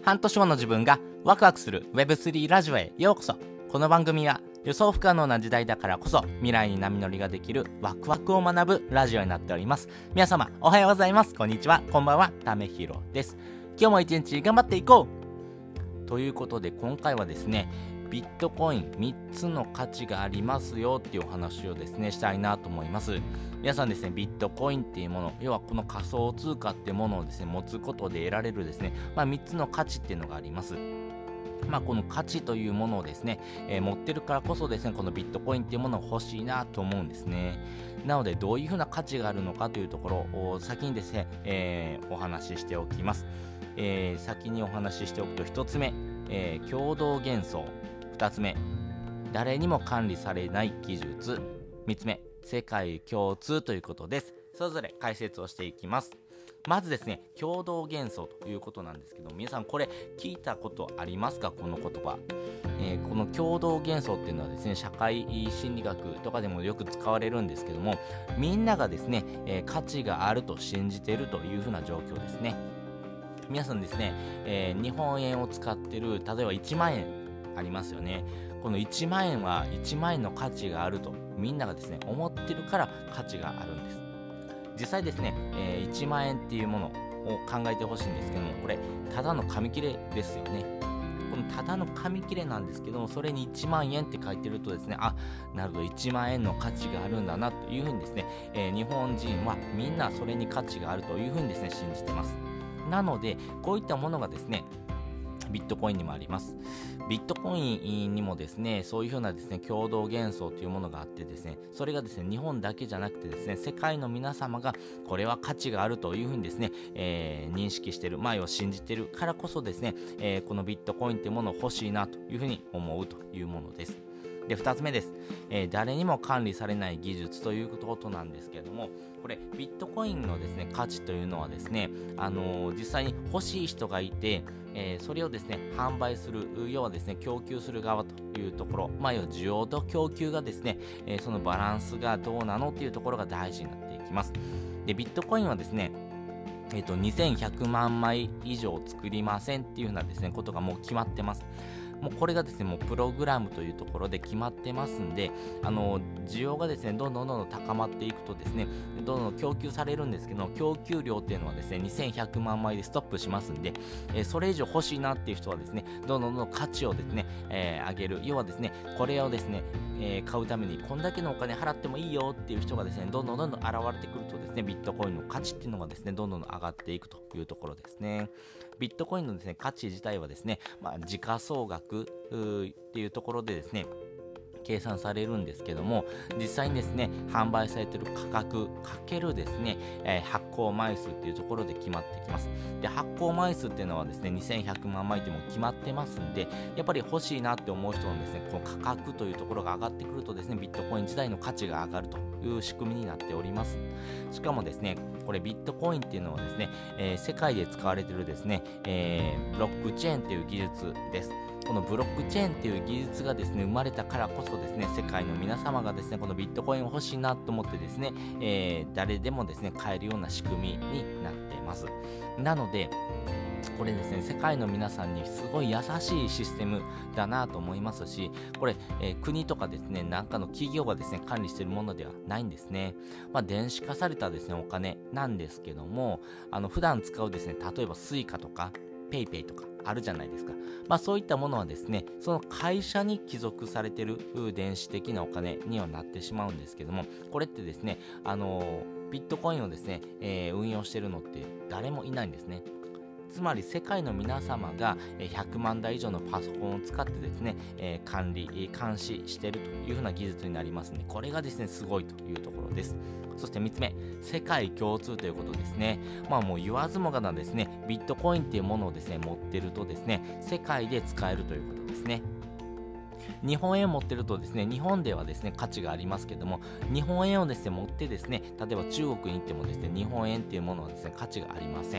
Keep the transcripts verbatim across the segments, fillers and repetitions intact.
半年後の自分がワクワクする ウェブスリー ラジオへようこそ。この番組は予想不可能な時代だからこそ未来に波乗りができるワクワクを学ぶラジオになっております。皆様おはようございます。こんにちは、こんばんは。ためひろです。今日も一日頑張っていこうということで、今回はですね、ビットコインみっつの価値がありますよっていうお話をですねしたいなと思います。皆さんですね、ビットコインっていうもの、要はこの仮想通貨っていうものをですね持つことで得られるですね、まあ、みっつの価値っていうのがあります。まあ、この価値というものをですね、えー、持ってるからこそですね、このビットコインっていうものを欲しいなと思うんですね。なのでどういうふうな価値があるのかというところを先にですね、えー、お話ししておきます。えー、先にお話ししておくと、ひとつめ、えー、共同幻想、ふたつめ、誰にも管理されない技術、みっつめ、世界共通ということです。それぞれ解説をしていきます。まずですね、共同幻想ということなんですけど、皆さんこれ聞いたことありますか？この言葉、えー、この共同幻想っていうのはですね、社会心理学とかでもよく使われるんですけども、みんながですね、えー、価値があると信じているというふうな状況ですね。皆さんですね、えー、日本円を使ってる、例えばいちまんえんありますよね。このいちまんえんはいちまんえんの価値があるとみんながですね思ってるから価値があるんです。実際ですね、えー、いちまんえんっていうものを考えてほしいんですけども、これただの紙切れですよね。このただの紙切れなんですけども、それにいちまんえんって書いてるとですね、あ、なるほど、いちまんえんの価値があるんだなというふうにですね、えー、日本人はみんなそれに価値があるというふうにですね信じてます。なのでこういったものがですねビットコインにもあります。ビットコインにもですね、そういうふうなですね、共同幻想というものがあってですね、それがですね、日本だけじゃなくてですね、世界の皆様がこれは価値があるというふうにですね、えー、認識している、前を信じているからこそですね、えー、このビットコインというものを欲しいなというふうに思うというものです。で、ふたつめです、えー、誰にも管理されない技術ということなんですけれども、これビットコインのですね価値というのはですね、あのー、実際に欲しい人がいて、えー、それをですね販売する、要はですね供給する側というところ、まあ要は需要と供給がですね、えー、そのバランスがどうなのっていうところが大事になっていきます。で、ビットコインはですね、えーと、にせんひゃくまんまい以上作りませんっていうふうなですねことがもう決まってます。もうこれがですね、もうプログラムというところで決まってますんで、あの需要がですねどんどんどんどん高まっていくとですね、どんどん供給されるんですけど、供給量っていうのはですねにせんひゃくまんまいでストップしますんで、えー、それ以上欲しいなっていう人はですね、どんどんどんどん価値をですね、えー、上げる、要はですねこれをですね、えー、買うためにこんだけのお金払ってもいいよっていう人がですね、どんどんどんどん現れてくるとですね、ビットコインの価値っていうのがですねどんどん上がっていくというところですね。ビットコインのですね価値自体はですね、まあ、時価総額っていうところでですね計算されるんですけども、実際にですね販売されている価格かけるですね、えー、発行枚数っていうところで決まってきます。で、発行枚数っていうのはですねにせんひゃくまんまいっても決まってますんで、やっぱり欲しいなって思う人のですねこの価格というところが上がってくるとですね、ビットコイン自体の価値が上がるという仕組みになっております。しかもですね、これビットコインっていうのはですね、えー、世界で使われているですね、えー、ブロックチェーンっていう技術です。このブロックチェーンっていう技術がですね生まれたからこそですね、世界の皆様がですねこのビットコインを欲しいなと思ってですね、えー、誰でもですね買えるような仕組みになっています。なのでこれですね、世界の皆さんにすごい優しいシステムだなと思いますし、これ、えー、国とかですね、なんかの企業がですね、管理しているものではないんですね。まあ、電子化されたですね、お金なんですけども、あの、普段使うですね、例えばスイカとか、ペイペイとかあるじゃないですか。まあそういったものはですね、その会社に帰属されている電子的なお金にはなってしまうんですけども、これってですね、あのー、ビットコインをですね、えー、運用しているのって誰もいないんですね。つまり世界の皆様がひゃくまんだい以上のパソコンを使ってですね、えー、管理、監視しているというふうな技術になりますので、これがですね、すごいというところです。そしてみっつめ、世界共通ということですね。まあもう言わずもがなですね、ビットコインっていうものをですね、持ってるとですね、世界で使えるということですね。日本円を持ってるとですね、日本ではですね価値がありますけども、日本円をですね持ってですね、例えば中国に行ってもですね、日本円っていうものはですね価値がありません。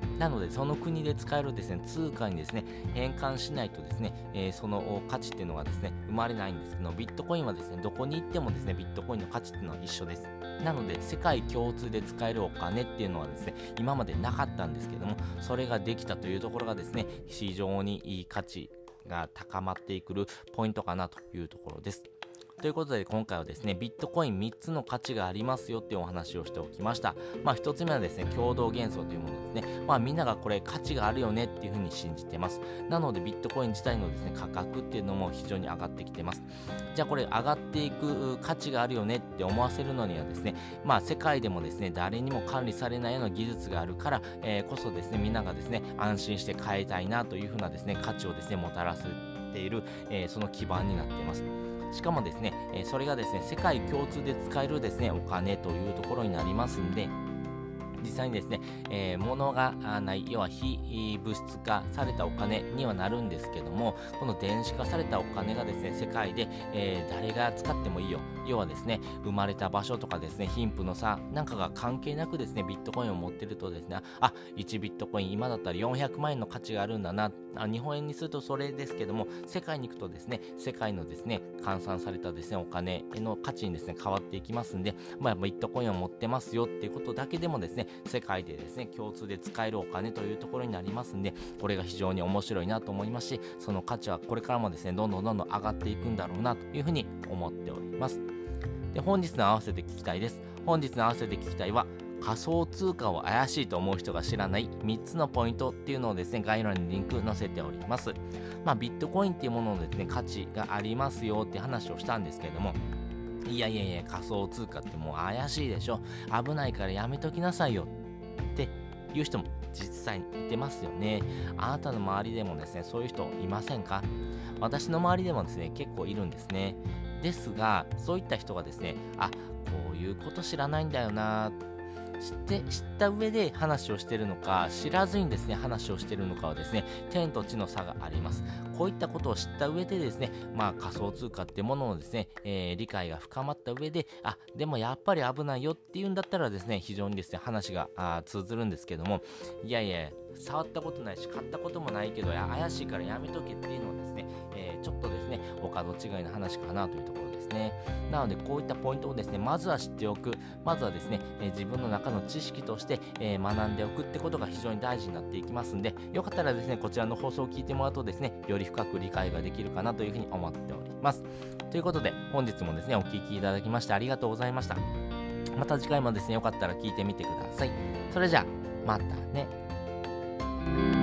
なのでその国で使えるですね通貨にですね変換しないとですね、えー、その価値っていうのがですね生まれないんですけど、ビットコインはですねどこに行ってもですねビットコインの価値っていうのは一緒です。なので世界共通で使えるお金っていうのはですね今までなかったんですけども、それができたというところがですね非常にいい価値が高まってくるポイントかなというところです。ということで今回はですねビットコインみっつの価値がありますよっていうお話をしておきました。まあひとつめはですね共同幻想というものですね。まあみんながこれ価値があるよねっていうふうに信じてます。なのでビットコイン自体のですね価格っていうのも非常に上がってきてます。じゃあこれ上がっていく価値があるよねって思わせるのにはですね、まあ世界でもですね誰にも管理されないような技術があるから、えー、こそですねみんながですね安心して買いたいなというふうなですね価値をですねもたらせている、えー、その基盤になっています。しかもですね、えー、それがですね世界共通で使えるですねお金というところになりますんで、実際にですね、えー、物がない、要は非物質化されたお金にはなるんですけども、この電子化されたお金がですね世界で、えー、誰が使ってもいいよ、要はですね生まれた場所とかですね貧富の差なんかが関係なくですねビットコインを持ってるとですね、あ、いちビットコイン今だったらよんひゃくまんえんの価値があるんだな、あ、日本円にするとそれですけども、世界に行くとですね世界のですね換算されたですねお金の価値にですね変わっていきますんで、まあ、ビットコインを持ってますよっていうことだけでもですね世界でですね共通で使えるお金というところになりますんで、これが非常に面白いなと思いますし、その価値はこれからもですねどんどんどんどん上がっていくんだろうなというふうに思っております。で、本日の合わせて聞きたいです。本日の合わせて聞きたいは、仮想通貨を怪しいと思う人が知らないみっつのポイントっていうのをですね概要欄にリンク載せております。まあビットコインっていうもののですね価値がありますよって話をしたんですけれども、いやいやいや仮想通貨ってもう怪しいでしょ、危ないからやめときなさいよっていう人も実際にいてますよね。あなたの周りでもですねそういう人いませんか？私の周りでもですね結構いるんですね。ですがそういった人がですね、あ、こういうこと知らないんだよな、知って知った上で話をしているのか、知らずにですね話をしているのかはですね天と地の差があります。こういったことを知った上でですね、まあ仮想通貨ってもののですね、えー、理解が深まった上で、あ、でもやっぱり危ないよっていうんだったらですね非常にですね話があ通ずるんですけども、いやいや触ったことないし買ったこともないけどや怪しいからやめとけっていうのはですね、えー、ちょっとですねお門違いの話かなというところですね。なのでこういったポイントをですねまずは知っておく、まずはですね、えー、自分の中の知識として、えー、学んでおくってことが非常に大事になっていきますんで、よかったらですねこちらの放送を聞いてもらうとですねより深く理解ができるかなというふうに思っております。ということで本日もですねお聞きいただきましてありがとうございました。また次回もですねよかったら聞いてみてください。それじゃあまたね。